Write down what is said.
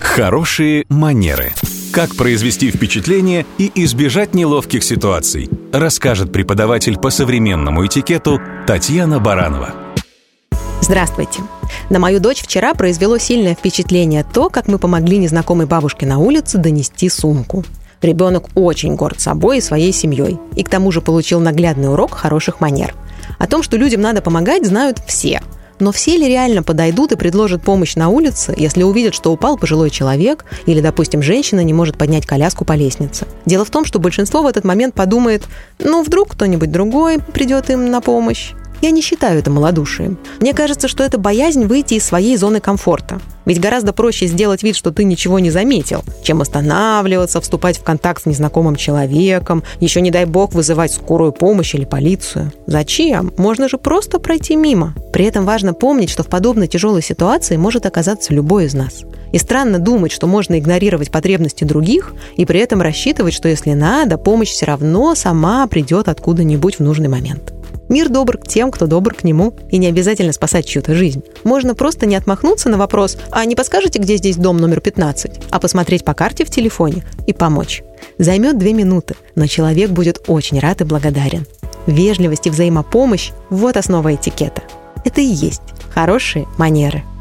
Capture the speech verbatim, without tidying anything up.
Хорошие манеры. Как произвести впечатление и избежать неловких ситуаций, расскажет преподаватель по современному этикету Татьяна Баранова. Здравствуйте. На мою дочь вчера произвело сильное впечатление то, как мы помогли незнакомой бабушке на улице донести сумку. Ребенок очень горд собой и своей семьей, и к тому же получил наглядный урок хороших манер. О том, что людям надо помогать, знают все. Но все ли реально подойдут и предложат помощь на улице, если увидят, что упал пожилой человек или, допустим, женщина не может поднять коляску по лестнице? Дело в том, что большинство в этот момент подумает, ну, вдруг кто-нибудь другой придет им на помощь. Я не считаю это малодушием. Мне кажется, что это боязнь выйти из своей зоны комфорта. Ведь гораздо проще сделать вид, что ты ничего не заметил, чем останавливаться, вступать в контакт с незнакомым человеком, еще, не дай бог, вызывать скорую помощь или полицию. Зачем? Можно же просто пройти мимо. При этом важно помнить, что в подобной тяжелой ситуации может оказаться любой из нас. И странно думать, что можно игнорировать потребности других и при этом рассчитывать, что если надо, помощь все равно сама придет откуда-нибудь в нужный момент. Мир добр к тем, кто добр к нему, и не обязательно спасать чью-то жизнь. Можно просто не отмахнуться на вопрос «А не подскажете, где здесь дом номер пятнадцать?», а посмотреть по карте в телефоне и помочь. Займет две минуты, но человек будет очень рад и благодарен. Вежливость и взаимопомощь – вот основа этикета. Это и есть хорошие манеры.